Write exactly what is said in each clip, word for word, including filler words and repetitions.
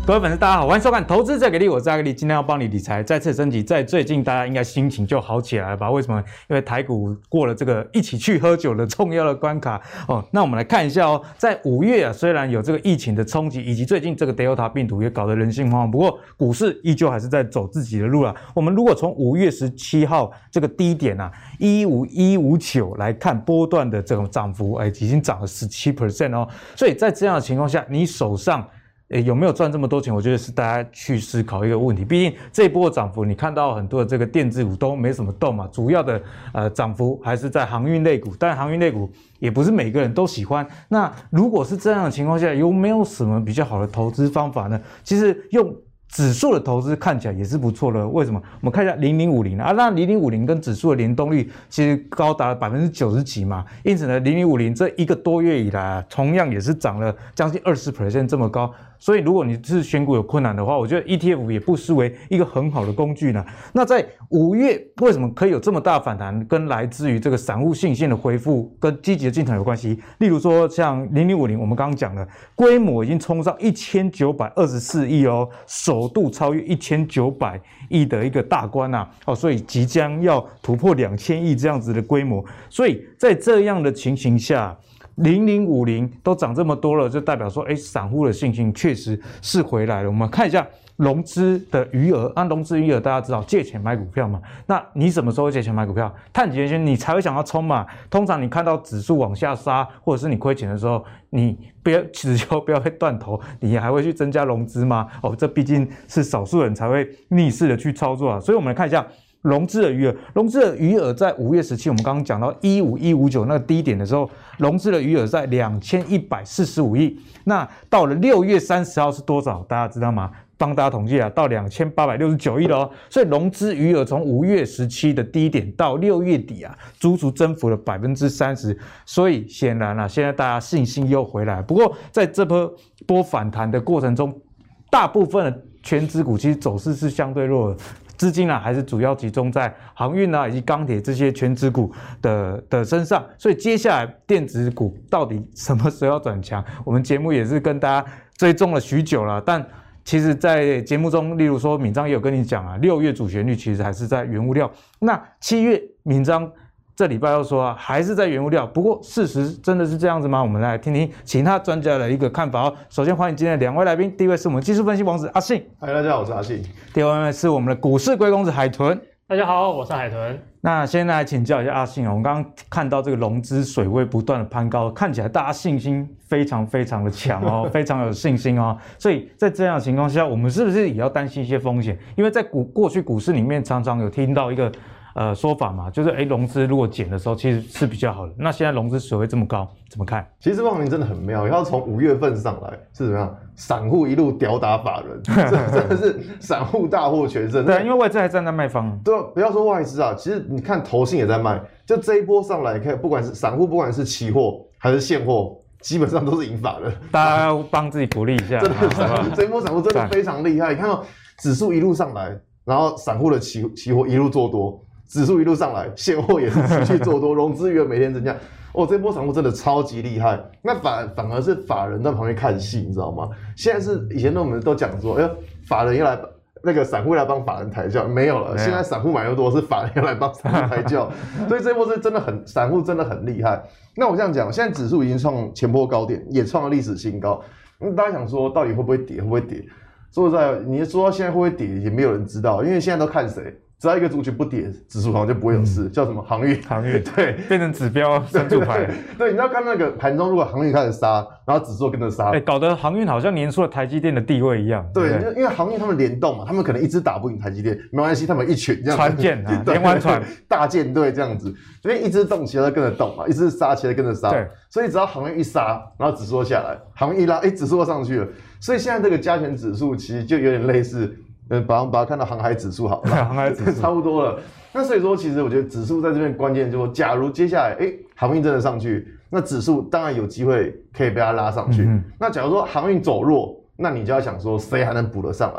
各位粉丝，大家好，欢迎收看《投资最给力》，我是阿格力，今天要帮你理财再次升级。在最近，大家应该心情就好起来了吧？为什么？因为台股过了这个一起去喝酒的重要的关卡哦。那我们来看一下哦，在五月啊，虽然有这个疫情的冲击，以及最近这个 Delta 病毒也搞得人心惶惶，不过股市依旧还是在走自己的路啦。我们如果从五月十七号这个低点啊一五一五九来看波段的这种涨幅，哎，已经涨了 百分之十七 哦。所以在这样的情况下，你手上诶，有没有赚这么多钱？我觉得是大家去思考一个问题。毕竟这一波涨幅，你看到很多的这个电子股都没什么动嘛，主要的呃涨幅还是在航运类股。但航运类股也不是每个人都喜欢。那如果是这样的情况下，有没有什么比较好的投资方法呢？其实用指数的投资看起来也是不错的。为什么？我们看一下零零五零啊，那零零五零跟指数的联动率其实高达了百分之九十几嘛。因此呢，零零五零这一个多月以来啊，同样也是涨了将近 百分之二十 这么高。所以，如果你是选股有困难的话，我觉得 E T F 也不失为一个很好的工具呢。那在五月为什么可以有这么大反弹，跟来自于这个散户信心的恢复跟积极的进场有关系。例如说，像零零五零，我们刚刚讲了，规模已经冲上一千九百二十四亿哦，首度超越一千九百亿的一个大关呐、啊。哦，所以即将要突破两千亿这样子的规模。所以在这样的情形下，零零五零都涨这么多了，就代表说，哎，散户的信心确实是回来了。我们看一下融资的余额，按、啊、融资余额，大家知道借钱买股票嘛？那你什么时候借钱买股票？探底前你才会想要冲嘛。通常你看到指数往下杀，或者是你亏钱的时候，你不要只求不要被断头，你还会去增加融资吗？哦，这毕竟是少数人才会逆势的去操作啊。所以我们来看一下融资的余额，融资的余额在五月十七，我们刚刚讲到一五一五九那个低点的时候，融资的余额在两千一百四十五亿。那到了六月三十号是多少？大家知道吗？帮大家统计啊，到两千八百六十九亿了哦。所以融资余额从五月十七的低点到六月底啊，足足增幅了 百分之三十。所以显然啊，现在大家信心又回来。不过在这波波反弹的过程中，大部分的全指股其实走势是相对弱的。资金啊，还是主要集中在航运啊以及钢铁这些全指股的的身上，所以接下来电子股到底什么时候要转强？我们节目也是跟大家追踪了许久了，但其实，在节目中，例如说闵章也有跟你讲啊，六月主旋律其实还是在原物料，那七月闵章这礼拜又说啊，还是在原物料。不过事实真的是这样子吗？我们来听听其他专家的一个看法哦。首先欢迎今天的两位来宾，第一位是我们技术分析王子阿信， 嗨，大家好，我是阿信。 第二位是我们的股市龟公子海豚， 大家好，我是海豚。 那先来请教一下阿信哦，我们刚刚看到这个融资水位不断的攀高，看起来大家信心非常非常的强哦，非常有信心哦。所以在这样的情况下，我们是不是也要担心一些风险？因为在股过去股市里面常常有听到一个呃说法嘛，就是哎融资如果减的时候其实是比较好的。那现在融资水位这么高，怎么看？ 其实旺明真的很妙，要从五月份上来是怎么样？散户一路吊打法人，这真的是散户大获全胜。 对，因为外资还站在卖方。 对啊，不要说外资啊，其实你看投信也在卖。就这一波上来，看不管是散户，不管是期货还是现货，基本上都是赢法人。 大家要帮自己鼓励一下， 真的是这一波散户真的非常厉害。你看到指数一路上来，然后散户的期期货一路做多。指数一路上来，现货也是持续做多，融资余额每天增加。哦，这波散户真的超级厉害。那反反而是法人在旁边看戏，你知道吗？现在是以前我们都讲说，哎呦，法人要来那个散户来帮法人抬轿，没有了。现在散户买又多，是法人要来帮散户抬轿。所以这波是真的很散户真的很厉害。那我这样讲，现在指数已经创前波高点，也创了历史新高。那大家想说，到底会不会跌？会不会跌？说实在，你说现在会不会跌，也没有人知道，因为现在都看谁。只要一个族群不跌，指数好像就不会有事。嗯、叫什么航运？ 航运对， 变成指标三柱牌。 对，你知道刚那个盘中，如果航运开始杀，然后指数跟着杀， 哎、欸，搞得航运好像年出了台积电的地位一样。 对， 对因为航运他们联动嘛，他们可能一支打不赢台积电，没关系，他们一群这样船舰啊，连环船大舰队这样子，所以一支动，其他跟着动嘛，一支杀，其他跟着杀。 对， 所以只要航运一杀，然后指数下来，航运一拉，哎、欸，指数又上去了。所以现在这个加权指数其实就有点类似。嗯，把它把它看到航海指数好了， 航海指数差不多了。那所以说，其实我觉得指数在这边关键就是说，假如接下来哎航运真的上去，那指数当然有机会可以被它拉上去。嗯、那假如说航运走弱，那你就要想说谁还能补得上来？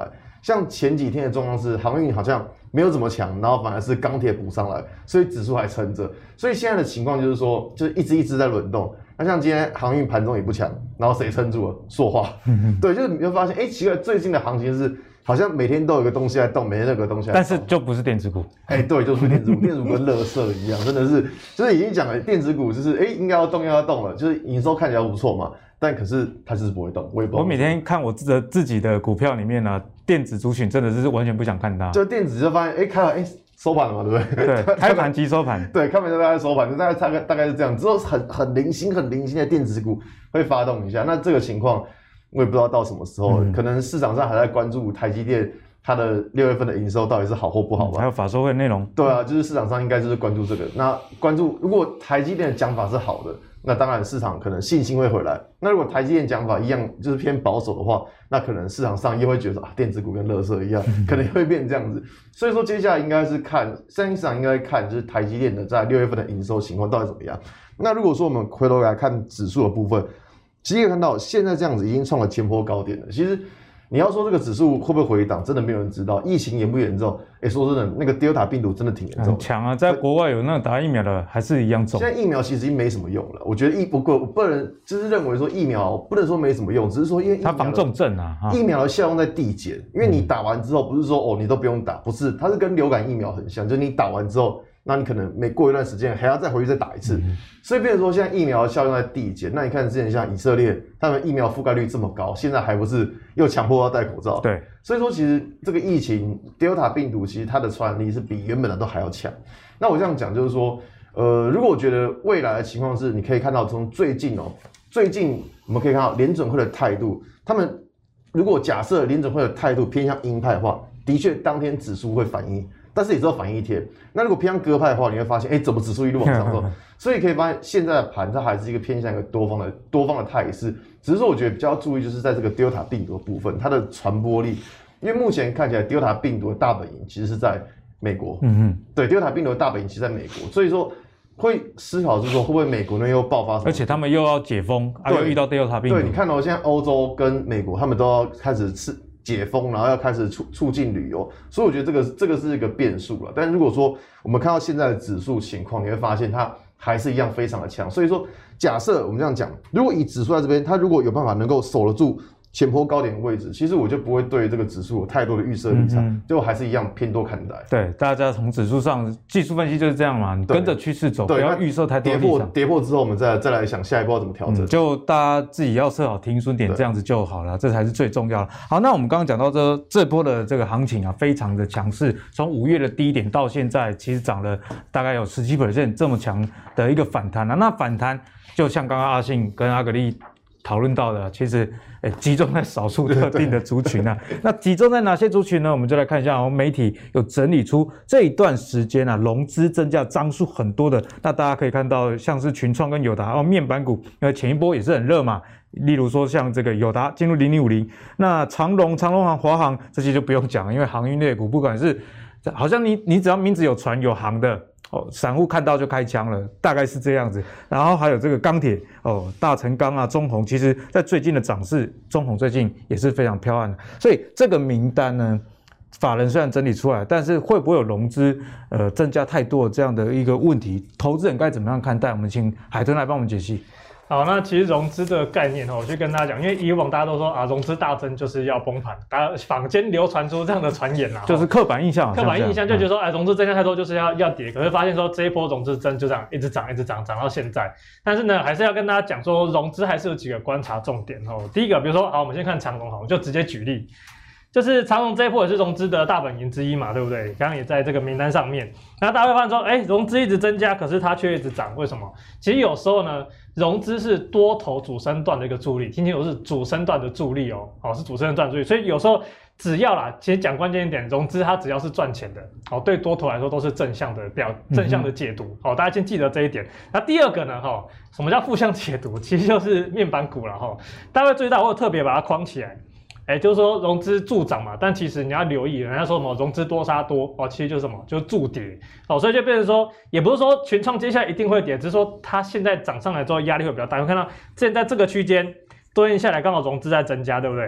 像前几天的状况是航运好像没有怎么强，然后反而是钢铁补上来，所以指数还撑着。所以现在的情况就是说，就是一只一只在轮动。那像今天航运盘中也不强，然后谁撑住了？塑化。对，就是你会发现，哎、欸，奇怪，最近的行情是好像每天都有一个东西在动，每天都有个东西在动， 但是就不是电子股。 哎、欸，对，就是电子股，电子股跟垃圾一样，真的是，就是已经讲了，电子股就是哎、欸，应该要动，应该要动了，就是营收看起来不错嘛。但可是它就是不会动，我也不知道。 我每天看我自己自己的股票里面呢、啊，电子族群真的是完全不想看它。 就电子就发现，哎、欸，开了，哎、欸，收盘了嘛，对不对？ 对，开盘即收盘。 对，开盘就大概收盘，就大概大概大概是这样。之后很很零星、很零星的电子股会发动一下。那这个情况我也不知道到什么时候，嗯、可能市场上还在关注台积电它的六月份的营收到底是好或不好吧？ 嗯、还有法说会内容。 对啊，就是市场上应该就是关注这个。那关注如果台积电的讲法是好的。那当然，市场可能信心会回来。那如果台积电讲法一样，就是偏保守的话，那可能市场上又会觉得啊，电子股跟垃圾一样，可能会变这样子。所以说，接下来应该是看，现在市场应该看就是台积电的在六月份的营收情况到底怎么样。那如果说我们回头来看指数的部分，其实可以看到现在这样子已经创了前波高点了。其实你要说这个指数会不会回档，真的没有人知道。疫情严不严重？哎、欸，说真的，那个 Delta 病毒真的挺严重的， 很强啊！在国外有那个打疫苗的，还是一样重。 现在疫苗其实已经没什么用了。我觉得疫，我个我个人就是认为说疫苗不能说没什么用，只是说因为它防重症啊， 疫苗的效用在递减。因为你打完之后，不是说哦你都不用打，不是，它是跟流感疫苗很像，就是你打完之后。那你可能每过一段时间还要再回去再打一次，嗯、所以变成说现在疫苗的效用在递减。那你看之前像以色列，他们疫苗覆盖率这么高，现在还不是又强迫要戴口罩？ 对， 所以说其实这个疫情 Delta 病毒其实它的传染力是比原本的都还要强。那我这样讲就是说，呃，如果我觉得未来的情况是，你可以看到从最近哦，最近我们可以看到联准会的态度，他们如果假设联准会的态度偏向鹰派的话，的确当天指数会反应。但是也只有反应一天。那如果偏向鸽派的话，你会发现，哎、欸，怎么指数一路往上走？所以可以发现，现在的盘它还是一个偏向一个多方的多方的态势。只是说，我觉得比较要注意，就是在这个 Delta 病毒的部分，它的传播力，因为目前看起来 Delta 病毒的大本营其实是在美国。嗯嗯，对 ，Delta 病毒的大本营其实在美国，所以说会思考是说，会不会美国那边又爆发什么？ 而且他们又要解封，啊，又遇到 Delta 病毒。 对，你看到、喔、现在欧洲跟美国，他们都要开始吃。解封，然后要开始促促进旅游，所以我觉得这个这个是一个变数了。但如果说我们看到现在的指数情况，你会发现它还是一样非常的强。所以说，假设我们这样讲，如果以指数在这边，它如果有办法能够守得住前波高点的位置，其实我就不会对这个指数有太多的预设立场，嗯、就还是一样偏多看待。 对，大家从指数上技术分析就是这样嘛，你跟着趋势走，不要预设太多立场。 跌破跌破之后，我们再再来想下一步要怎么调整、嗯。 就大家自己要设好停损点，这样子就好了，这才是最重要的。好，那我们刚刚讲到这这波的这个行情啊，非常的强势，从五月的低点到现在，其实涨了大概有十七 percent 这么强的一个反弹啊。那反弹就像刚刚阿信跟阿格力讨论到的，其实诶集中在少数特定的族群啊。那集中在哪些族群呢？我们就来看一下哦。媒体有整理出这一段时间啊，融资增加张数很多的。那大家可以看到，像是群创跟友达哦，面板股，因为前一波也是很热嘛。例如说像这个友达进入零零五零，那长荣、长荣航、华航这些就不用讲了，因为航运类股不管是好像你你只要名字有船有航的。哦，散户看到就开枪了，大概是这样子。然后还有这个钢铁哦，大成钢啊、中鸿，其实在最近的涨势，中鸿最近也是非常飘悍的。所以这个名单呢，法人虽然整理出来，但是会不会有融资呃增加太多的这样的一个问题？投资人该怎么样看待？我们请海豚来帮我们解析。 好，那其实融资这个概念哦，我就跟大家讲，因为以往大家都说啊，融资大增就是要崩盘，大家坊间流传出这样的传言啦， 就是刻板印象， 刻板印象就觉得说，哎，融资增加太多就是要要跌，可是发现说这一波融资增就这样一直涨，一直涨，涨到现在。但是呢，还是要跟大家讲说，融资还是有几个观察重点哦。第一个，比如说，好，我们先看长荣，好，我就直接举例。就是长荣这一波也是融资的大本营之一嘛，对不对？刚刚也在这个名单上面。然后大家会发现说，哎，融资一直增加，可是它却一直涨，为什么？其实有时候呢，融资是多头主升段的一个助力，听清楚是主升段的助力哦，好，是主升段的助力。所以有时候只要啦，其实讲关键一点，融资它只要是赚钱的，好，对多头来说都是正向的表，正向的解读。好，大家先记得这一点。那第二个呢，哈，什么叫负向解读？其实就是面板股了哈。大家会注意到，我有特别把它框起来。哎，就是说融资助涨嘛，但其实你要留意，人家说什么融资多杀多哦，其实就是什么，就是助跌哦，所以就变成说，也不是说群创接下来一定会跌，只是说它现在涨上来之后压力会比较大。你看到现在这个区间多年下来刚好融资在增加，对不对？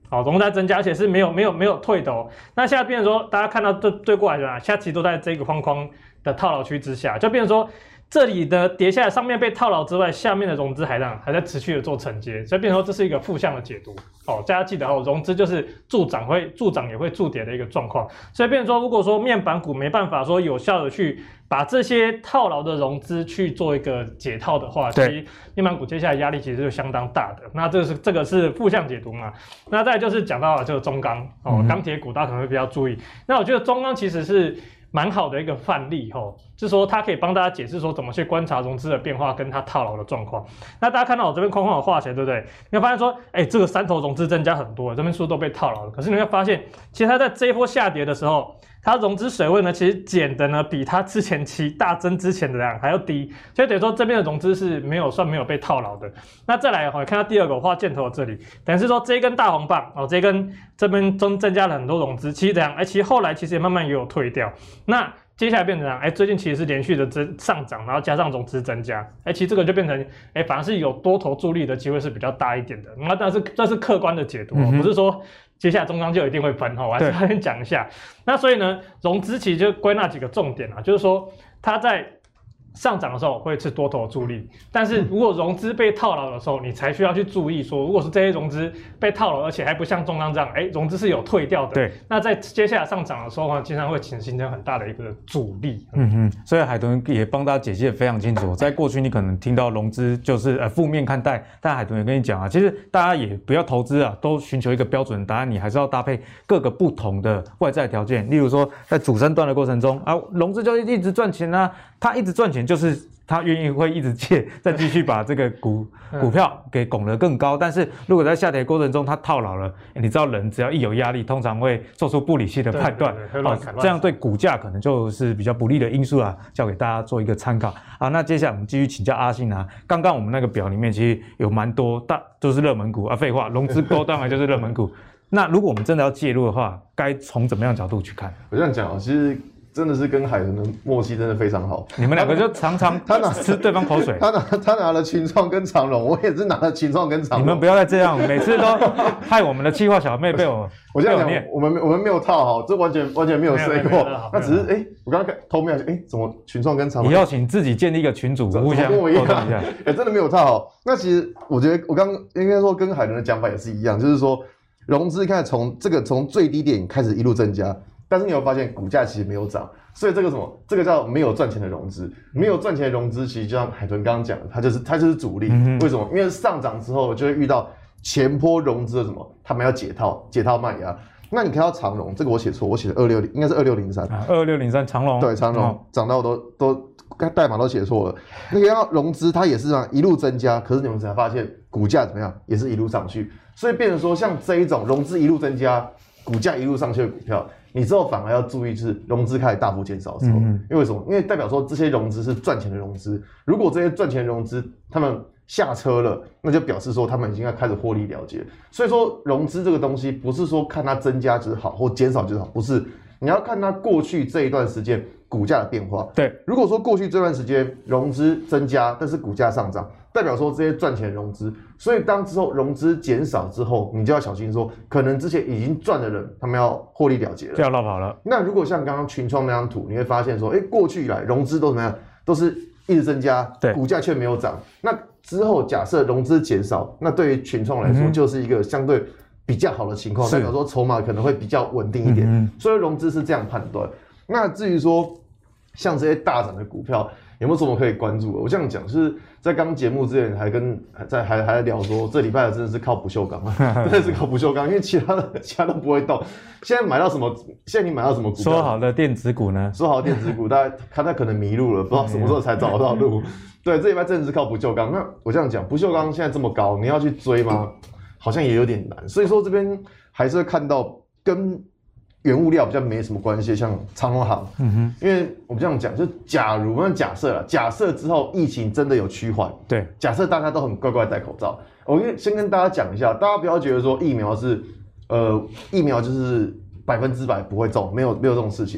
哦，融资在增加，而且是没有没有没有退的哦。那现在变成说，大家看到对对过来的啊，现在其实都在这个框框的套牢区之下，就变成说。这里的跌下来，上面被套牢之外，下面的融资还让还在持续的做承接，所以变成说这是一个负向的解读哦。大家记得哦，融资就是助涨会助涨也会助跌的一个状况，所以变成说，如果说面板股没办法说有效的去把这些套牢的融资去做一个解套的话，其实面板股接下来压力其实就相当大的。那这个是这个是负向解读嘛？那再来就是讲到这个中钢哦，钢铁股大家可能会比较注意。那我觉得中钢其实是。蛮好的一个范例吼，就是说它可以帮大家解释说怎么去观察融资的变化跟它套牢的状况。那大家看到我这边框框有画起来，对不对？你会发现说，哎、欸，这个三头融资增加很多，这边是不是都被套牢了？可是你会发现，其实它在这一波下跌的时候，它融资水位呢，其实减的呢比它之前期大增之前的量还要低，所以等于说这边的融资是没有算没有被套牢的。那再来哈，看到第二个我画箭头这里，等于是说这一根大红棒哦，这一根这边增增加了很多融资，其实这样，哎、欸，其实后来其实也慢慢也有退掉。那接下来变成这样，哎，最近其实是连续的增上涨，然后加上融资增加，哎，其实这个就变成，哎，反而是有多头助力的机会是比较大一点的。那但是这是客观的解读、哦嗯、不是说接下来中钢就一定会喷哈，我还是要先讲一下。那所以呢，融资其实就归纳几个重点啊，就是说它在上涨的时候会是多头助力，但是如果融资被套牢的时候，你才需要去注意说，如果是这些融资被套牢，而且还不像中钢这样，哎，融资是有退掉的，对，那在接下来上涨的时候呢，经常会形成很大的一个阻力。 嗯哼，所以海豚也帮大家解析得非常清楚。在过去你可能听到融资就是呃负面看待，但海豚也跟你讲啊，其实大家也不要投资啊，都寻求一个标准的答案，你还是要搭配各个不同的外在条件。例如说，在主升段的过程中啊，融资就一直赚钱啊，它一直赚钱就是。他愿意会一直借，再继续把这个股股票给拱得更高。但是如果在下跌过程中他套牢了，你知道人只要一有压力，通常会做出不理性的判断，哦，这样对股价可能就是比较不利的因素啊，交给大家做一个参考啊。那接下来我们继续请教阿信啊，刚刚我们那个表里面其实有蛮多大都是热门股啊，废话，融资高当然就是热门股。那如果我们真的要介入的话，该从怎么样的角度去看？ 我这样讲啊，其实。真的是跟海豚的默契真的非常好， 你们两个就常常他拿吃对方口水， 他拿他拿了群创跟长荣，我也是拿了群创跟长荣。 你们不要再这样，每次都害我们的企划小妹被我我这样讲，我们我们没有套好，这完全完全没有睡过，那只是哎、欸，我刚刚偷瞄，哎、欸，怎么群创跟长荣？ 你要请自己建立一个群组，互相沟通一下， 哎、欸，真的没有套好。那其实我觉得我刚刚应该说跟海豚的讲法也是一样，就是说融资看从这个从最低点开始一路增加。但是你有发现股价其实没有涨，所以这个什么，这个叫没有赚钱的融资，没有赚钱的融资，其实就像海豚刚刚讲的，它就是它就是主力。嗯、为什么？因为上涨之后就会遇到前波融资的什么，他们要解套，解套卖压。那你看到长荣，这个我写错，我写的二六零，应该是二六零三， 二六零三长荣， 对，长荣涨、哦、到我都都代码都写错了。那个要融资，它也是啊一路增加，可是你们才发现股价怎么样，也是一路上去，所以变成说像这一种融资一路增加，股价一路上去的股票。你之后反而要注意，就是融资开始大幅减少的时候，嗯、因为什么？因为代表说这些融资是赚钱的融资。如果这些赚钱的融资他们下车了，那就表示说他们已经要开始获利了结。所以说融资这个东西不是说看它增加就是好，或减少就是好，不是。你要看它过去这一段时间股价的变化。 对， 如果说过去这段时间融资增加，但是股价上涨，代表说这些赚钱融资。所以当之后融资减少之后，你就要小心说，可能之前已经赚的人，他们要获利了结了， 就要落跑了。 那如果像刚刚群创那张图，你会发现说，哎，过去以来融资都怎么样？都是一直增加，对，股价却没有涨。那之后假设融资减少，那对于群创来说，就是一个相对比较好的情况，代表说筹码可能会比较稳定一点。嗯、所以融资是这样判断。那至于说像这些大涨的股票，有没有什么可以关注的？我这样讲，就是在刚节目之前还跟在还还在聊说，这礼拜真的是靠不锈钢啊，真的是靠不锈钢，因为其他的其他都不会动。现在买到什么？现在你买到什么股票？ 说好的电子股呢？ 说好的电子股，大家他他可能迷路了，不知道什么时候才找得到路。对，这礼拜真的是靠不锈钢。那我这样讲，不锈钢现在这么高，你要去追吗？好像也有点难。所以说这边还是会看到跟原物料比较没什么关系，像长荣航，嗯哼，因为我们这样讲，就假如我们假设了，假设之后疫情真的有趋缓， 对， 假设大家都很乖乖戴口罩，我先跟大家讲一下，大家不要觉得说疫苗是，呃，疫苗就是百分之百不会中，没有没有这种事情。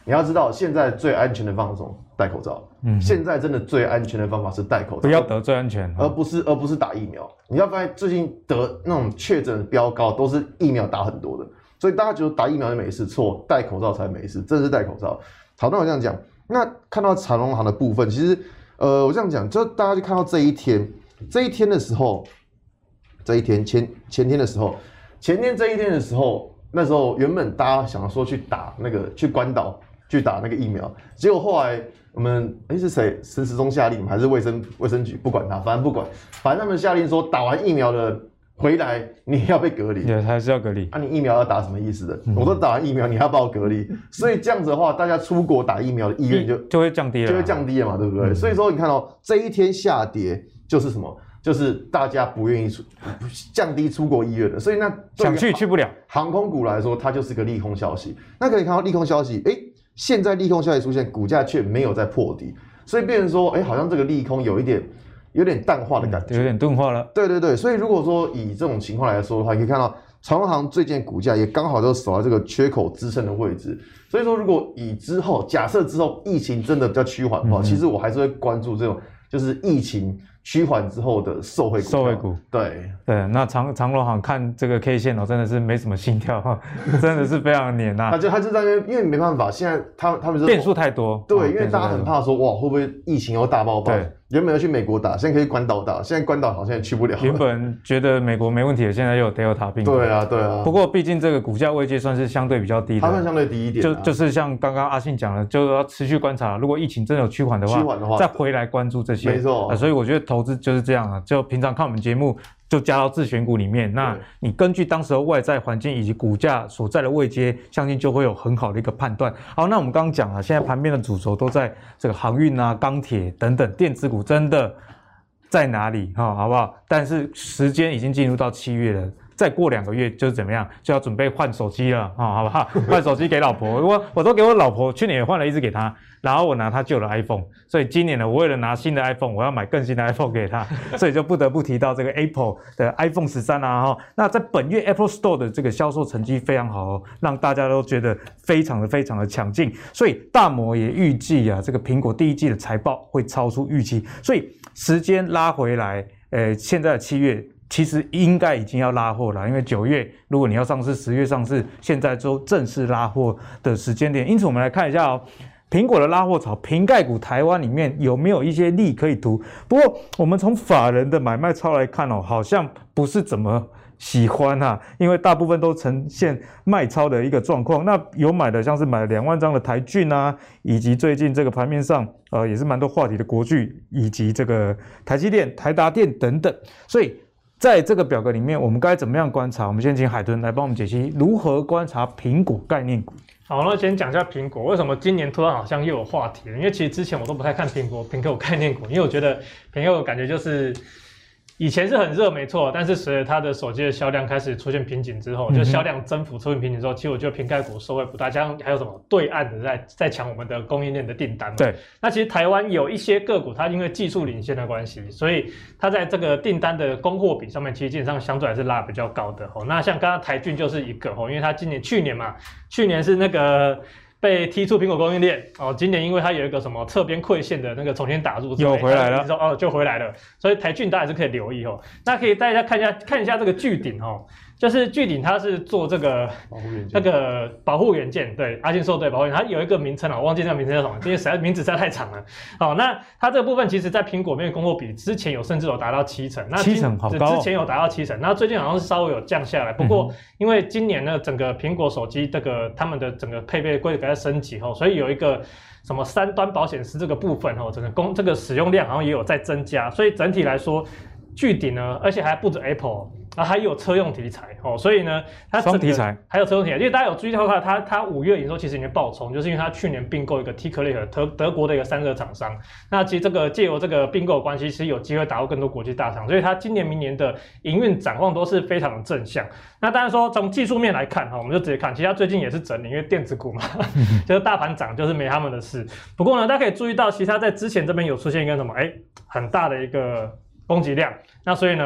你要知道，现在最安全的方法是戴口罩。嗯，现在真的最安全的方法是戴口罩， 不要得最安全， 而不是而不是打疫苗。你要发现最近得那种确诊飙高，都是疫苗打很多的，所以大家觉得打疫苗就没事，错，戴口罩才没事，真的是戴口罩。好，那我这样讲，那看到长荣航的部分，其实呃，我这样讲，就大家就看到这一天，这一天的时候，这一天前前天的时候，前天这一天的时候。那时候原本大家想说去打那个去关岛去打那个疫苗，结果后来我们哎、欸、是谁陈时中下令还是卫生卫生局不管他，反正不管，反正他们下令说打完疫苗的回来你要被隔离， 也还是要隔离啊？你疫苗要打什么意思的？嗯、我都打完疫苗，你还要把我隔离，所以这样子的话，大家出国打疫苗的意愿就就会降低了， 就会降低了嘛，对不对？嗯、所以说你看哦，这一天下跌就是什么？就是大家不愿意出，降低出国意愿的，所以那想去去不了。 航空股来说，它就是个利空消息。那可以看到利空消息，哎、欸，现在利空消息出现，股价却没有在破底，所以变成说，哎、欸，好像这个利空有一点有点淡化的感觉， 有点钝化了。 对对对，所以如果说以这种情况来说的话，你可以看到长荣航最近股价也刚好就守在这个缺口支撑的位置。所以说，如果以之后假设之后疫情真的比较趋缓的话，嗯、其实我还是会关注这种就是疫情趋缓之后的受惠股。 受惠股， 对对，那长长荣航看这个 K 线哦，真的是没什么心跳哈，真的是非常黏呐。 他就他就在那边，因为没办法，现在他他们说变数太多。 对， 哦、 因为大家很怕说哇，会不会疫情又大爆发？ 对。 原本要去美国打，现在可以关岛打，现在关岛好像也去不了。 原本觉得美国没问题的，现在又有 Delta 病毒。 对啊，对啊。 不过毕竟这个股价位阶算是相对比较低的， 它算相对低一点、 啊。就就是像刚刚阿信讲的，就要持续观察，如果疫情真的有趋缓的话， 趋缓的话， 再回来关注这些。 没错、 啊。所以我觉得投资就是这样啊，就平常看我们节目。就加到自选股里面，那你根据当时的外在环境以及股价所在的位阶，相信就会有很好的一个判断。好，那我们刚刚讲了，现在盘面的主轴都在这个航运啊、钢铁等等电子股，真的在哪里？哈，好不好？但是时间已经进入到七月了。再过两个月就是怎么样，就要准备换手机了啊、哦，好不好？换手机给老婆，我我都给我老婆，去年也换了一只给她，然后我拿她旧的 iPhone， 所以今年呢，我为了拿新的 iPhone， 我要买更新的 iPhone 给她，所以就不得不提到这个 Apple 的 iPhone 十三啊哈。那在本月 Apple Store 的这个销售成绩非常好哦，让大家都觉得非常的非常的强劲，所以大摩也预计啊，这个苹果第一季的财报会超出预期，所以时间拉回来，呃，现在的七月。其实应该已经要拉货了，因为九月如果你要上市，十月上市，现在都正式拉货的时间点。因此，我们来看一下哦，苹果的拉货潮，瓶盖股台湾里面有没有一些利可以图？不过，我们从法人的买卖超来看哦，好像不是怎么喜欢啊，因为大部分都呈现卖超的一个状况。那有买的像是买了两万张的台骏啊，以及最近这个盘面上呃也是蛮多话题的国巨，以及这个台积电、台达电等等，所以。在这个表格里面，我们该怎么样观察？我们先请海豚来帮我们解析如何观察苹果概念股。 好，那先讲一下苹果为什么今年突然好像又有话题了？因为其实之前我都不太看苹果苹果概念股，因为我觉得苹果感觉就是以前是很热没错，但是随着它的手机的销量开始出现瓶颈之后，就销量增幅出现瓶颈之后，其实我觉得瓶盖股收惠不大，加上还有什么对岸的在在抢我们的供应链的订单嘛。 对， 那其实台湾有一些个股，它因为技术领先的关系，所以它在这个订单的供货比上面，其实基本上相对还是拉比较高的。那像刚刚台骏就是一个，因为它今年去年嘛，去年是那个。被踢出苹果供应链哦，今年因为它有一个什么侧边馈线的那个重新打入， 又回来了哦，就回来了，所以台骏大家还是可以留意哦。那可以大家看一下看一下这个巨鼎哦，就是巨鼎它是做这个保护元件， 那个保护元件，对，阿信说对保护元件，它有一个名称啊，我忘记那个名称叫什么，因为实在名字实在太长了。哦，那它这个部分其实在苹果面供货比之前有甚至有达到七成，那七成好高、哦， 之前有达到七成，那最近好像是稍微有降下来，不过因为今年呢整个苹果手机这个他们的整个配备规格在升级后，所以有一个什么三端保险丝这个部分哦，整个供这个使用量好像也有在增加，所以整体来说，巨鼎呢，而且还不止 Apple。啊，还有车用题材哦，所以呢，它双题材还有车用题材，因为大家有注意到的话，它它五月营收其实已经爆冲，就是因为它去年并购一个 T-Click 德德国的一个散热厂商，那其实这个借由这个并购的关系，其实有机会打入更多国际大厂，所以它今年明年的营运展望都是非常的正向。那当然说从技术面来看哈，我们就直接看，其实它最近也是整理，因为电子股嘛，就是大盘涨就是没他们的事。不过呢，大家可以注意到，其实它在之前这边有出现一个什么，哎，很大的一个供给量，那所以呢。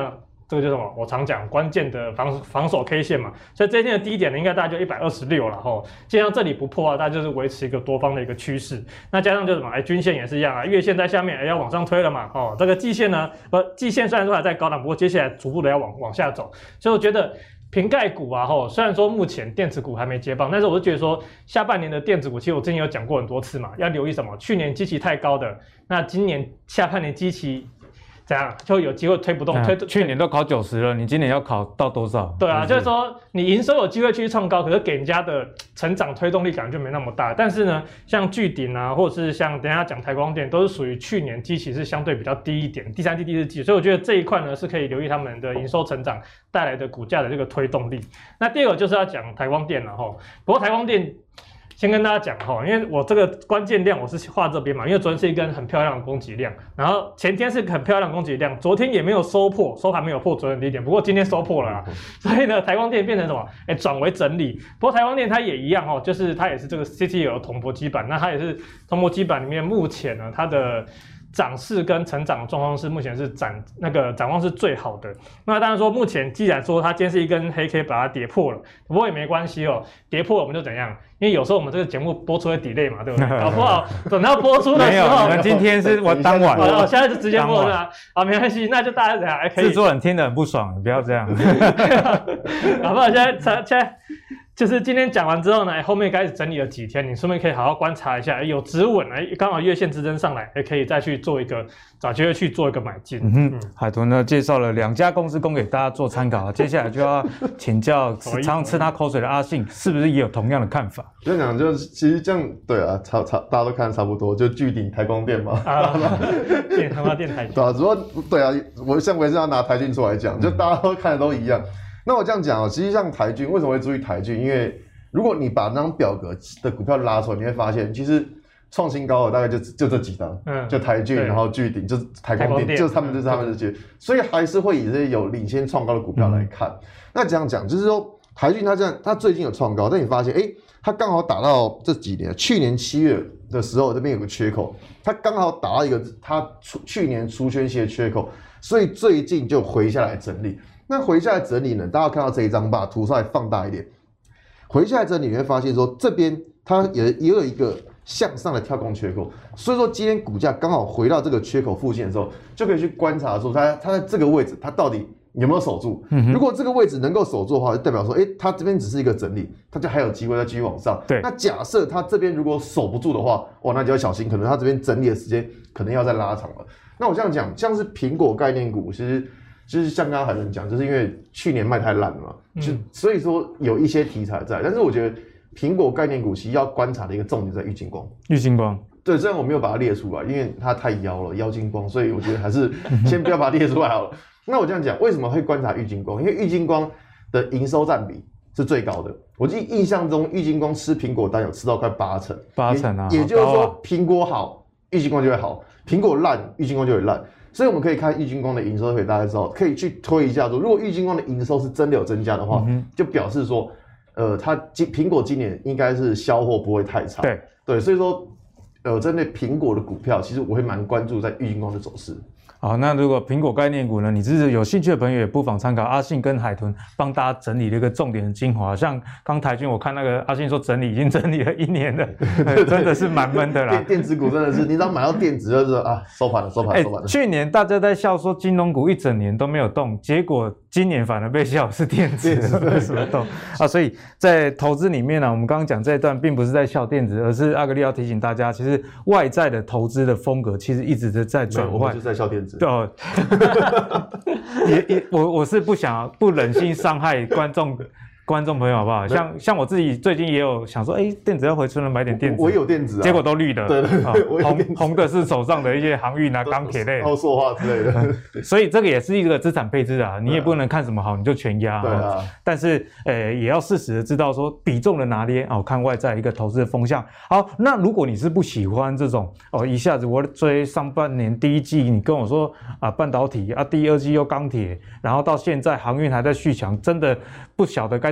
这个就是什么？我常讲关键的防防守 K 线嘛，所以这一天的低点呢，应该大概就一百二十六了吼。既然这里不破啊，大概就是维持一个多方的一个趋势。那加上就是什么？哎，均线也是一样啊，月线在下面，哎，要往上推了嘛。哦，这个季线呢，不，季线虽然说还在高档，不过接下来逐步的要往往下走。所以我觉得瓶盖股啊，吼，虽然说目前电子股还没接棒，但是我是觉得说下半年的电子股，其实我之前有讲过很多次嘛，要留意什么？去年基期太高的，那今年下半年基期。怎样就有机会推不动？推、 嗯、去年都考九十了，你今年要考到多少？ 对啊，就是说你营收有机会去创高，可是给人家的成长推动力感觉就没那么大。但是呢，像巨鼎啊，或者是像等一下讲台光电，都是属于去年基期是相对比较低一点，第三季、第四季，所以我觉得这一块呢是可以留意他们的营收成长带来的股价的这个推动力。那第二个就是要讲台光电了哈，不过台光电。先跟大家讲哈，因为我这个关键量我是画这边嘛，因为昨天是一根很漂亮的攻击量，然后前天是很漂亮的攻击量，昨天也没有收破，收盘没有破昨天的低点，不过今天收破了啦，所以呢，台光电变成什么？哎，转为整理。不过台光电它也一样哦，就是它也是这个 C T L 铜箔基板，那它也是铜箔基板里面目前呢它的涨势跟成长的状况是目前是展那个展望是最好的。那当然说，目前既然说它今天是一根黑 K 把它跌破了，不过也没关系哦，跌破了我们就怎样？因为有时候我们这个节目播出会 delay 嘛，对不对？搞不好等到播出的时候， 没有，你们今天是我当晚， 我现在就直接播了啊，好，没关系，那就大家怎样？可以。 制作人听得很不爽，你不要这样。 搞不好现在现在。就是今天讲完之后呢，后面开始整理了几天，你顺便可以好好观察一下，有止稳，刚好月线支撑上来，也可以再去做一个找机会去做一个买进。 嗯哼，嗯海豚呢介绍了两家公司供给大家做参考，接下来就要请教常常吃他口水的阿信，是不是也有同样的看法？ 这样讲就是其实这样对啊，差差大家都看得差不多，就巨鼎台光电嘛， 啊，电台光电台对啊，只不过对啊，我像我也是要拿台骏出来讲，就大家都看的都一样。那我这样讲哦，其实像台骏为什么会注意台骏？因为如果你把那张表格的股票拉出来，你会发现其实创新高的大概就就这几档，嗯，就台骏，然后巨鼎，就是台光电，就是他们就是他们这些，所以还是会以这些有领先创高的股票来看。嗯、那这样讲就是说，台骏它这样，它最近有创高，但你发现，哎，它刚好打到这几年，去年七月的时候这边有个缺口，它刚好打到一个它去年出圈期的缺口，所以最近就回下来整理。那回下来整理呢？大家看到这一张，把图稍微放大一点。回下来整理，你会发现说这边它也也有一个向上的跳空缺口，所以说今天股价刚好回到这个缺口附近的时候，就可以去观察说它它在这个位置它到底有没有守住。嗯、如果这个位置能够守住的话，就代表说，哎，它这边只是一个整理，它就还有机会再继续往上。 对。 那假设它这边如果守不住的话，哇，那就要小心，可能它这边整理的时间可能要再拉长了。那我这样讲，像是苹果概念股，其实。就是像刚刚海伦讲，就是因为去年卖太烂了嘛，嗯、就所以说有一些题材在，但是我觉得苹果概念股其实要观察的一个重点在玉晶光。 玉晶光， 对，虽然我没有把它列出来，因为它太妖了，妖晶光，所以我觉得还是先不要把它列出来好了。那我这样讲，为什么会观察玉晶光？因为玉晶光的营收占比是最高的。我记得印象中，玉晶光吃苹果单有吃到快八成， 八成啊， 也, 也就是说，苹果好，玉晶光就会好；苹果烂，玉晶光就会烂。所以我们可以看玉晶光的营收，可以大家知道，可以去推一下说，如果玉晶光的营收是真的有增加的话，嗯、就表示说，呃，它今苹果今年应该是销货不会太差。 对对，所以说，呃，针对苹果的股票，其实我会蛮关注在玉晶光的走势。 好，那如果苹果概念股呢？你是有兴趣的朋友也不妨参考阿信跟海豚帮大家整理了一个重点的精华。像刚台骏，我看那个阿信说整理已经整理了一年了，真的是蛮闷的啦。 电电子股真的是，你只要买到电子就是啊，收盘了，收盘了，收盘了。 去年大家在笑说金融股一整年都没有动，结果今年反而被笑是电子为什么动啊？所以在投资里面呢、啊，我们刚刚讲这一段并不是在笑电子，而是阿格力要提醒大家，其实外在的投资的风格其实一直在转换。 我们就在笑电子。 对哦。也也我我是不想不忍心伤害观众观众朋友好不好？像像我自己最近也有想说，哎、欸，电子要回春了，买点电子。 我有电子啊， 结果都绿的。 对对对， 啊、红红的是手上的一些航运啊、钢铁类、 澳塑化之类的。 所以这个也是一个资产配置啊，你也不能看什么好你就全压。 对啊。 但是呃，也要适时的知道说比重的拿捏哦，看外在一个投资的风向。好，那如果你是不喜欢这种哦，一下子我追上半年第一季，你跟我说啊半导体啊，第二季又钢铁，然后到现在航运还在续强，真的不晓得该怎么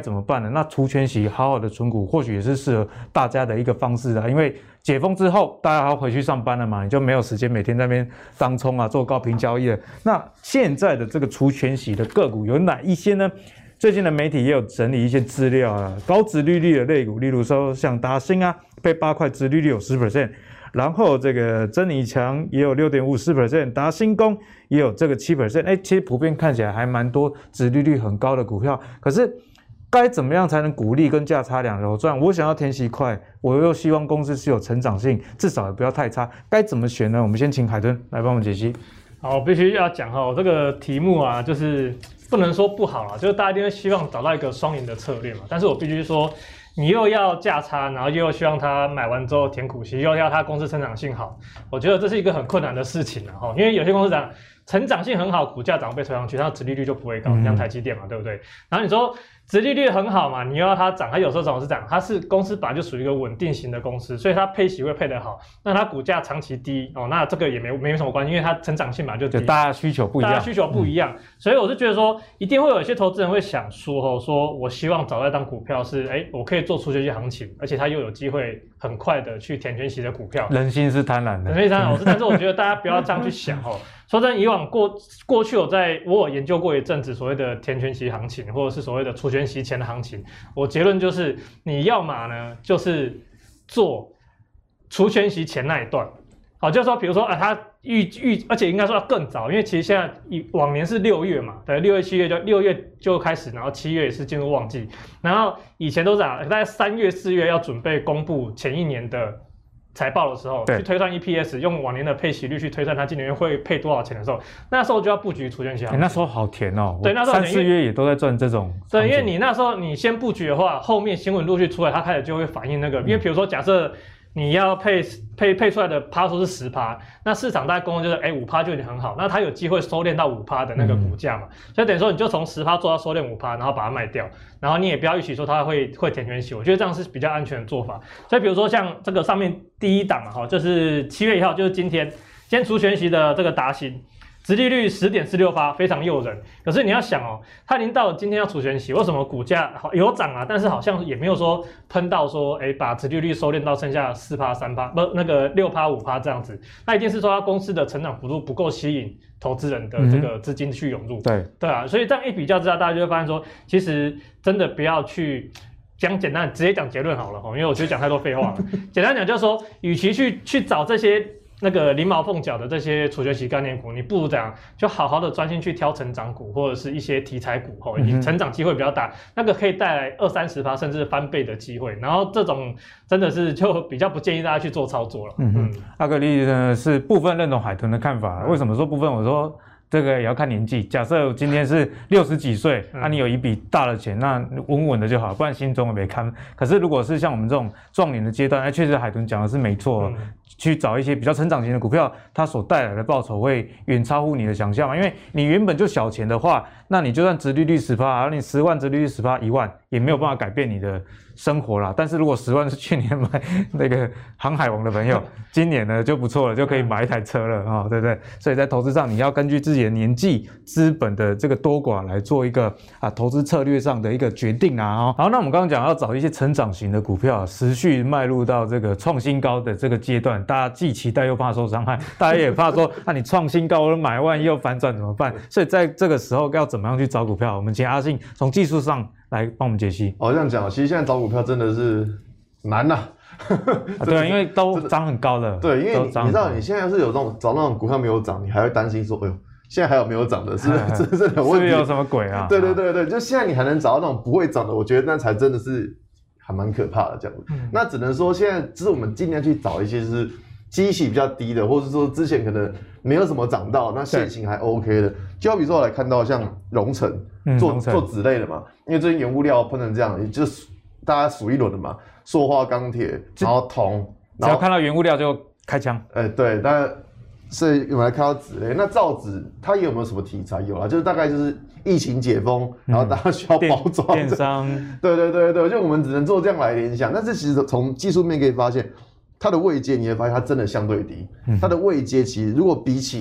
怎么办呢？那除权息好好的存股，或许也是适合大家的一个方式啊。因为解封之后，大家还要回去上班了嘛，你就没有时间每天在那边当冲啊，做高频交易了。那现在的这个除权息的个股有哪一些呢？最近的媒体也有整理一些资料啊，高殖利率的类股，例如说像达新啊，被八块殖利率有 百分之十， 然后这个珍妮强也有 百分之六点五四， 达新工也有这个 百分之七， 哎，其实普遍看起来还蛮多殖利率很高的股票，可是该怎么样才能股利跟价差两流赚？我想要填息快，我又希望公司是有成长性，至少也不要太差，该怎么选呢？我们先请海豚来帮我们解析。 好，我必须要讲哈，这个题目啊，就是不能说不好啦，就是大家一定会希望找到一个双赢的策略嘛。但是我必须说，你又要价差，然后又希望他买完之后填股息，又要他公司成长性好，我觉得这是一个很困难的事情啊。哈，因为有些公司讲成长性很好，股价涨被推上去，它的殖利率就不会高，像台积电嘛，对不对？然后你说殖利率很好嘛，你又要它涨，它有时候总是涨，它是公司本来就属于一个稳定型的公司，所以它配息会配得好，那它股价长期低哦，那这个也没没什么关系，因为它成长性本来就低， 就大家需求不一样， 大家需求不一样，嗯、所以我是觉得说，一定会有一些投资人会想说哦，说我希望找到一档股票是，哎，我可以做除权息行情，而且它又有机会很快的去填权息的股票， 人心是贪婪的， 人心是贪婪，我是，但是我觉得大家不要这样去想哦。说真的，以往过过去我在我有研究过一阵子所谓的填权息行情，或者是所谓的除权息前的行情，我结论就是你要嘛呢，就是做除权息前那一段，好，就是说比如说啊，它预预，而且应该说要更早，因为其实现在以往年是六月嘛，对，六月七月就六月就开始，然后七月也是进入旺季，然后以前都是啊，大概三月四月要准备公布前一年的财报的时候，去推算 E P S， 用往年的配息率去推算它今年会配多少钱的时候，那时候就要布局除权息行情、 欸。那时候好甜哦， 对，那时候三四月也都在赚这种。 对，因为你那时候你先布局的话，后面新闻陆续出来，它开始就会反映那个，嗯、因为比如说假设你要配配配出来的趴数是十趴，那市场大概公认就是哎五趴就已经很好，那它有机会收敛到五趴的那个股价嘛，嗯、所以等于说你就从十趴做到收敛五趴，然后把它卖掉，然后你也不要预期说它会会填权息，我觉得这样是比较安全的做法。所以比如说像这个上面第一档哈，就是七月一号，就是今天今天除权息的这个达新。殖利率 百分之十点四六， 非常诱人。可是你要想哦，它已经到了今天要除权息，为什么股价有涨啊？但是好像也没有说喷到说，哎，把殖利率收敛到剩下 百分之四、百分之三， 不，那个 百分之六、百分之五 这样子。那一定是说它公司的成长幅度不够吸引投资人的这个资金去涌入。嗯、对对啊，所以这样一比较之下，大家就会发现说，其实真的不要去。讲简单，直接讲结论好了哈，因为我觉得讲太多废话了。简单讲就是说，与其去去找这些那个零毛凤角的这些除权息概念股，你不如这样，就好好的专心去挑成长股或者是一些题材股哈，你成长机会比较大，那个可以带来二三十趴甚至翻倍的机会。然后这种真的是就比较不建议大家去做操作了。嗯嗯， 阿格力呢是部分认同海豚的看法，为什么说部分？我说。这个也要看年纪。假设今天是六十几岁，那、嗯啊、你有一笔大的钱，那稳稳的就好，不然心中也没看。可是如果是像我们这种壮年的阶段，哎，确实海豚讲的是没错、嗯，去找一些比较成长型的股票，它所带来的报酬会远超乎你的想象嘛。因为你原本就小钱的话，那你就算殖利率 百分之十， 然后你十万殖利率 百分之十， 一万也没有办法改变你的生活啦。但是如果十万是去年买那个航海王的朋友，今年呢就不错了，就可以买一台车了啊、哦，对不对？所以在投资上，你要根据自己的年纪、资本的这个多寡来做一个啊投资策略上的一个决定啊。哦，好，那我们刚刚讲要找一些成长型的股票，持续迈入到这个创新高的这个阶段，大家既期待又怕受伤害，大家也怕说，那、啊、你创新高，我买万一又反转怎么办？所以在这个时候要怎么样去找股票？我们请阿信从技术上来帮我们解析。 哦，这样讲，其实现在找股票真的是难呐、啊。 啊对啊，因为都涨很高了。 对，因为 你, 你知道，你现在是有这种找那种股票没有涨，你还会担心说，哎呦，现在还有没有涨的？是不是真的有问题？ 是不是有什么鬼啊？ 对对对对，就现在你还能找到那种不会涨的，我觉得那才真的是还蛮可怕的这样子。嗯、那只能说现在就是我们尽量去找一些就是基期比较低的，或者说之前可能没有什么涨到，那现行还 OK 的。就好比说我来看到像荣成、嗯、做做纸类的嘛，因为最近原物料喷成这样，也就是大家数一轮的嘛。塑化、钢铁，然后铜， 只要看到原物料就开枪。 哎、欸，对，但是我们来看到纸类，那造纸它有没有什么题材？有啊，就是大概就是疫情解封，然后大家需要包装、 嗯、电, 电商， 对对对对，就我们只能做这样来联想。但是其实从技术面可以发现，它的位阶你会发现它真的相对低，嗯、它的位阶其实如果比起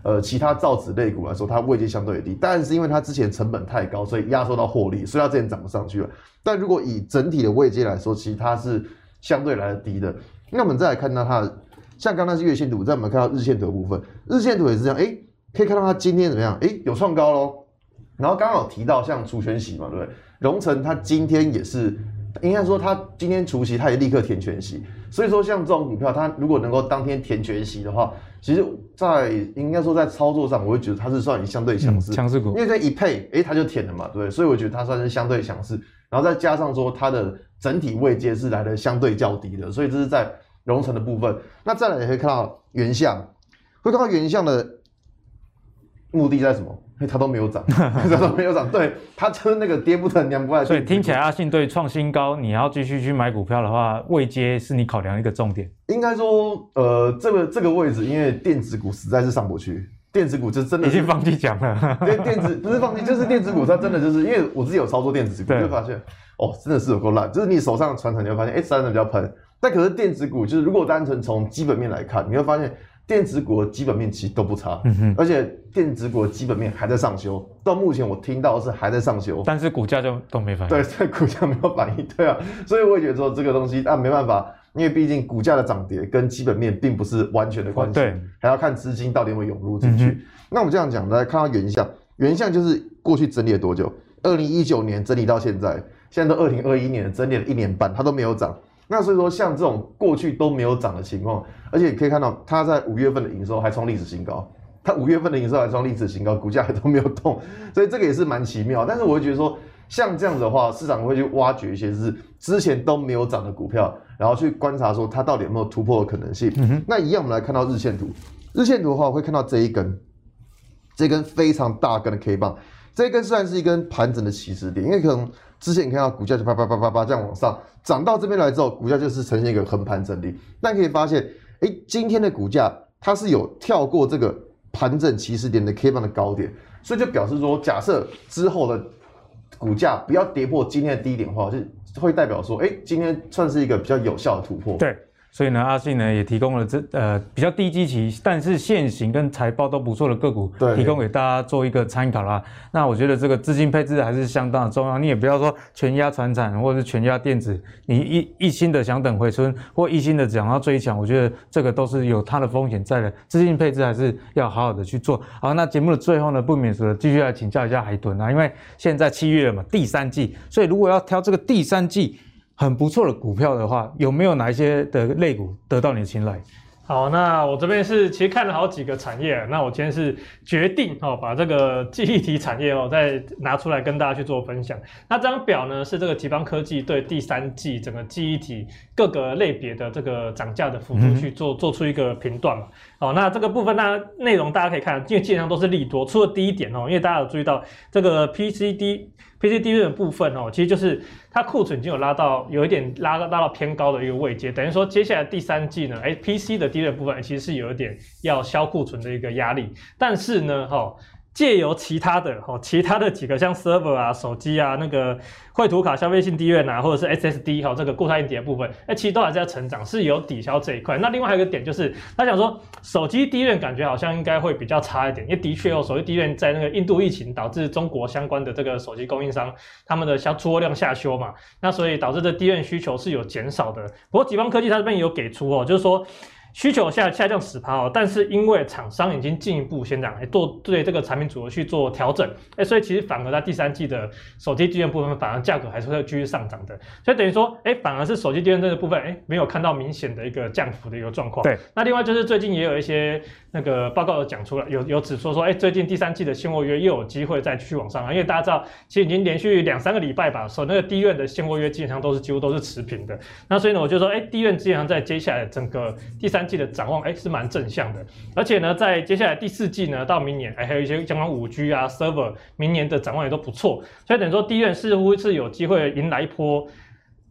呃其他造纸类股来说，它位阶相对低，但是因为它之前成本太高，所以压缩到获利，所以它之前涨不上去了。但如果以整体的位阶来说，其实它是相对来的低的。那我们再来看到它的，像刚刚是月线图，再我们看到日线图的部分，日线图也是这样，哎，可以看到它今天怎么样？哎，有创高咯。然后刚刚有提到像除权息嘛，对不对？荣成它今天也是。应该说，它今天除息，它也立刻填权息，所以说像这种股票，它如果能够当天填权息的话，其实在应该说在操作上，我会觉得它是算相对强势， 强势股， 因为这一配，哎，它就填了嘛，对不对？所以我觉得它算是相对强势，然后再加上说它的整体位阶是来的相对较低的，所以这是在荣成的部分。那再来也可以看到原相，会看到原相的目的在什么？它都没有涨，它都没有涨，对，它就是那个跌不疼娘不爱。 所以听起来阿信对创新高，你要继续去买股票的话，位阶是你考量一个重点。 应该说，呃，这个这个位置，因为电子股实在是上不去，电子股就真的已经放弃讲了。 对，电子不是放弃，就是电子股它真的就是，因为我自己有操作电子股，就发现哦，真的是有够烂。就是你手上的传承，你会发现，哎，传承比较喷，但可是电子股就是如果单纯从基本面来看，你会发现。电子股的基本面其实都不差，嗯哼，而且电子股的基本面还在上修，到目前我听到的是还在上修， 但是股价就都没反应。 对，所以股价没有反应，对啊，所以我也觉得说这个东西啊没办法，因为毕竟股价的涨跌跟基本面并不是完全的关系，对，还要看资金到底有没有涌入进去。嗯、那我们这样讲，来看到原相，原相就是过去整理了多久？二零一九年整理到现在，现在都二零二一年整理了一年半，它都没有涨。那所以说，像这种过去都没有涨的情况，而且可以看到它在五月份的营收还创历史新高，它五月份的营收还创历史新高，股价还都没有动，所以这个也是蛮奇妙。但是我会觉得说，像这样子的话，市场会去挖掘一些是之前都没有涨的股票，然后去观察说它到底有没有突破的可能性。嗯、那一样，我们来看到日线图，日线图的话，会看到这一根，这根非常大根的 K 棒，这一根虽然是一根盘整的起始点，因为可能。之前你看到股价就啪啪啪啪啪这样往上涨到这边来之后，股价就是呈现一个横盘整理。但可以发现，哎，今天的股价它是有跳过这个盘整起始点的 K 棒的高点，所以就表示说，假设之后的股价不要跌破今天的低点的话，就会代表说，哎，今天算是一个比较有效的突破。 对。所以呢，阿信呢也提供了这呃比较低基期，但是现行跟财报都不错的个股，提供给大家做一个参考啦。那我觉得这个资金配置还是相当的重要，你也不要说全压传产或者是全压电子，你一一心的想等回春，或一心的想要追强，我觉得这个都是有它的风险在的，资金配置还是要好好的去做。好，那节目的最后呢，不免俗的继续来请教一下海豚啊，因为现在七月了嘛，第三季，所以如果要挑这个第三季。很不错的股票的话，有没有哪一些的类股得到你的青睐？ 好，那我这边是其实看了好几个产业，那我今天是决定哦，把这个记忆体产业哦再拿出来跟大家去做分享。那这张表呢是这个提邦科技对第三季整个记忆体各个类别的这个涨价的幅度去做、嗯、做出一个评断嘛。哦，那这个部分那内容大家可以看，因为基本上都是利多，除了第一点哦，因为大家有注意到这个 P C D。P C D 的部分哦，其实就是它库存已经有拉到有一点拉拉到偏高的一个位阶，等于说接下来第三季呢，哎 ，P C 的低润部分其实是有一点要销库存的一个压力，但是呢，哈、哦。借由其他的哦，其他的几个像 server 啊、手机啊、那个绘图卡、消费性 D RAM 啊，或者是 S S D 哈、哦，这个固态硬碟的部分，哎，其实都还是在成长，是有抵消这一块。那另外还有一个点就是，他想说手机 D RAM 感觉好像应该会比较差一点，因为的确哦，手机 D RAM 在那个印度疫情导致中国相关的这个手机供应商他们的销出货量下修嘛，那所以导致这 D RAM 需求是有减少的。不过极邦科技它这边有给出哦，就是说。需求下下降 百分之十 哦，但是因为厂商已经进一步先讲，哎，做对这个产品组合去做调整，哎，所以其实反而在第三季的手机 D RAM 部分，反而价格还是会继续上涨的，所以等于说，哎，反而是手机 D RAM 这个部分，哎，没有看到明显的一个降幅的一个状况。对，那另外就是最近也有一些那个报告有讲出来，有有指说说，哎，最近第三季的现货约又有机会再继续往上啊，因为大家知道，其实已经连续两三个礼拜吧，手那个 D RAM 的现货约基本上都是几乎都是持平的，那所以呢，我就说，哎 ，D RAM 基本上在接下来整个第三季的展望，哎。是蛮正向的，而且呢，在接下来第四季呢，到明年，哎，还有一些相关五 G 啊、server， 明年的展望也都不错，所以等于说，第一轮似乎是有机会迎来一波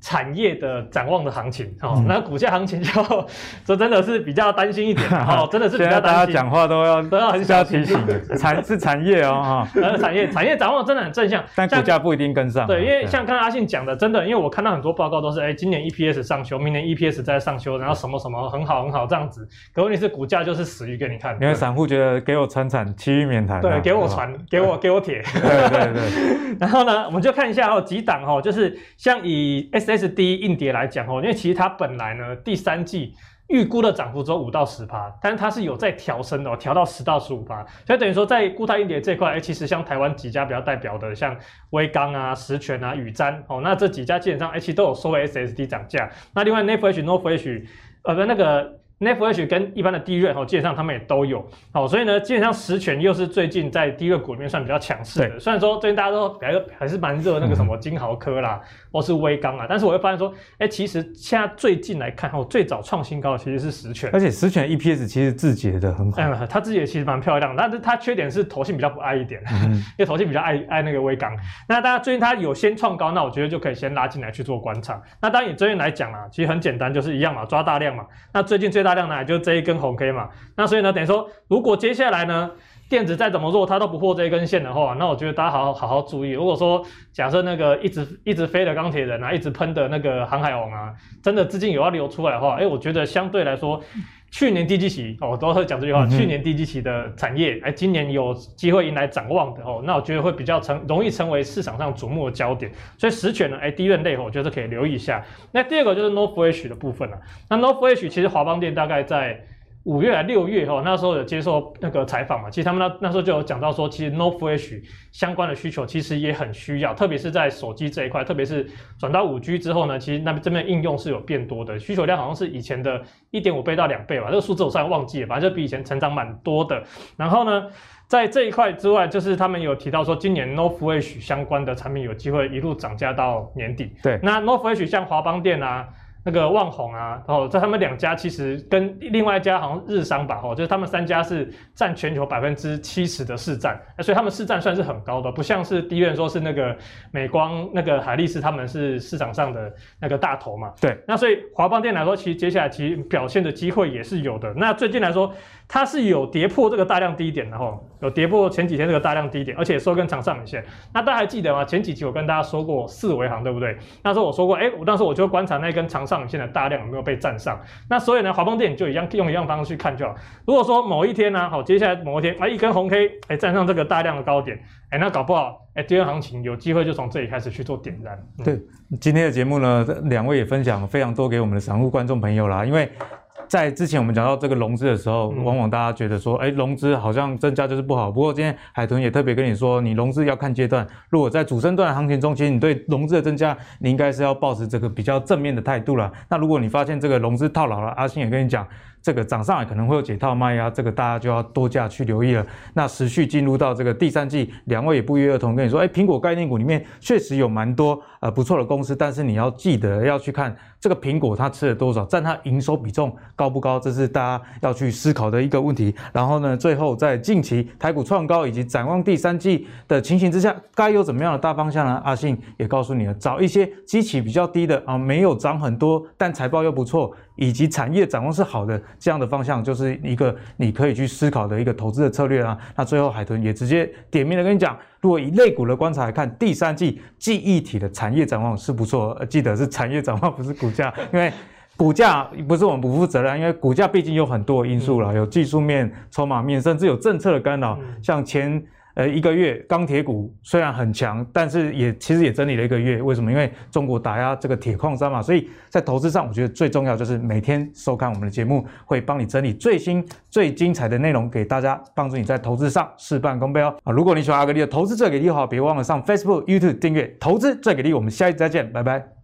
产业的展望的行情哦，嗯、那股价行情就这真的是比较担心一点哦，真的是比较担心。 现在大家讲话都要都要很小心， 产是产业哦哈， 呃产业产业展望真的很正向， 但股价不一定跟上。 对，因为像刚才阿信讲的，真的，因为我看到很多报告都是，哎，今年 E P S 上修，明年 E P S 再上修，然后什么什么很好很好这样子，可问题是股价就是死鱼给你看。 因为散户觉得给我传产，其余免谈。 对，给我传，给我给我铁。 对对对。 然后呢，我们就看一下哦，几档哦，就是像以 S S D 硬碟来讲哦，因为其实它本来呢第三季预估的涨幅只有五到十趴，但是它是有在调升的哦，调到十到十五趴，所以等于说在固态硬碟这块，哎，其实像台湾几家比较代表的，像威刚啊、实权啊、宇瞻哦，那这几家基本上哎其实都有收回 S S D 涨价。那另外 N A F H、N O F H， 呃不那个。N A F H 跟一般的低润哦，基本上他们也都有，好，所以呢，基本上实权又是最近在低润股里面算比较强势的。虽然说最近大家都还还是蛮热那个什么金豪科啦，或是威刚啊，但是我会发现说，哎、欸，其实现在最近来看哦，最早创新高的其实是实权， 而且实权 E P S 其实自结的很好， 嗯，它自己也其实蛮漂亮的，但是它缺点是投信比较不爱一点，嗯、因为投信比较爱爱那个威刚。那大家最近它有先创高，那我觉得就可以先拉进来去做观察。那当然以最近来讲啊，其实很简单，就是一样嘛，抓大量嘛。那最近最大量呢，就是这一根红 K 嘛，那所以呢，等于说，如果接下来呢，电子再怎么弱，它都不破这一根线的话，那我觉得大家好好好好注意。如果说假设那个一直一直飞的钢铁人啊，一直喷的那个航海王啊，真的资金有要流出来的话，哎、欸，我觉得相对来说，去年低基期哦，我都会讲这句话，嗯、去年低基期的产业，哎、欸，今年有机会迎来展望的哦，那我觉得会比较成容易成为市场上瞩目的焦点。所以实权呢，哎、欸，低润类我觉得可以留意一下。那第二个就是 N O F H 的部分了、啊，那 N O F H 其实华邦电大概在五月还六月哈，那时候有接受那个采访嘛，其实他们那那时候就有讲到说，其实 N O F H 相关的需求其实也很需要，特别是在手机这一块，特别是转到 五 G 之后呢，其实那边这边应用是有变多的，需求量好像是以前的 一点五 倍到两倍吧，这个数字我虽然忘记了，反正就比以前成长蛮多的。然后呢，在这一块之外，就是他们有提到说，今年 N O F H 相关的产品有机会一路涨价到年底。 对， 那 N O F H 像华邦电啊。那个旺宏啊，哦，在他们两家其实跟另外一家好像日商吧，哦，就是他们三家是占全球百分之七十的市占，所以他们市占算是很高的，不像是低润说是那个美光、那个海力士他们是市场上的那个大头嘛。 对， 那所以华邦电来说，其实接下来其实表现的机会也是有的。那最近来说，它是有跌破这个大量低点的哈，有跌破前几天这个大量低点，而且收根长上影线。那大家还记得吗？前几期我跟大家说过四维行，对不对？那时候我说过，哎、欸，我当时我就观察那根长上影线的大量有没有被站上。那所以呢，华邦电就一样用一样方式去看就好。如果说某一天呢、啊，好，接下来某一天，哎、啊，一根红 K， 哎、欸，站上这个大量的高点，哎、欸，那搞不好，哎、欸，第二行情有机会就从这里开始去做点燃。 嗯、对，今天的节目呢，两位也分享非常多给我们的散户观众朋友啦，因为在之前我们讲到这个融资的时候，嗯、往往大家觉得说，哎，融资好像增加就是不好。不过今天海豚也特别跟你说，你融资要看阶段。如果在主升段的行情中，其实你对融资的增加，你应该是要抱持这个比较正面的态度啦。那如果你发现这个融资套牢了，阿信也跟你讲，这个涨上来可能会有解套卖压，这个大家就要多加去留意了。那持续进入到这个第三季，两位也不约而同跟你说，哎，苹果概念股里面确实有蛮多呃不错的公司，但是你要记得要去看这个苹果它吃了多少，占它营收比重高不高，这是大家要去思考的一个问题。然后呢，最后在近期台股创高以及展望第三季的情形之下，该有怎么样的大方向呢？阿信也告诉你了，找一些基期比较低的啊，没有涨很多，但财报又不错，以及产业展望是好的，这样的方向就是一个你可以去思考的一个投资的策略啊。那最后海豚也直接点名的跟你讲，如果以类股的观察来看，第三季记忆体的产业展望是不错，记得是产业展望，不是股价，因为股价不是我们不负责任，因为股价毕竟有很多因素啦，有技术面、筹码面，甚至有政策的干扰，像前。呃，一个月钢铁股虽然很强，但是也其实也整理了一个月。为什么？因为中国打压这个铁矿山嘛，所以在投资上，我觉得最重要就是每天收看我们的节目，会帮你整理最新最精彩的内容给大家，帮助你在投资上事半功倍哦。啊，如果你喜欢阿格力的投资最给力的话，别忘了上 Facebook、YouTube 订阅投资最给力。我们下一集再见，拜拜。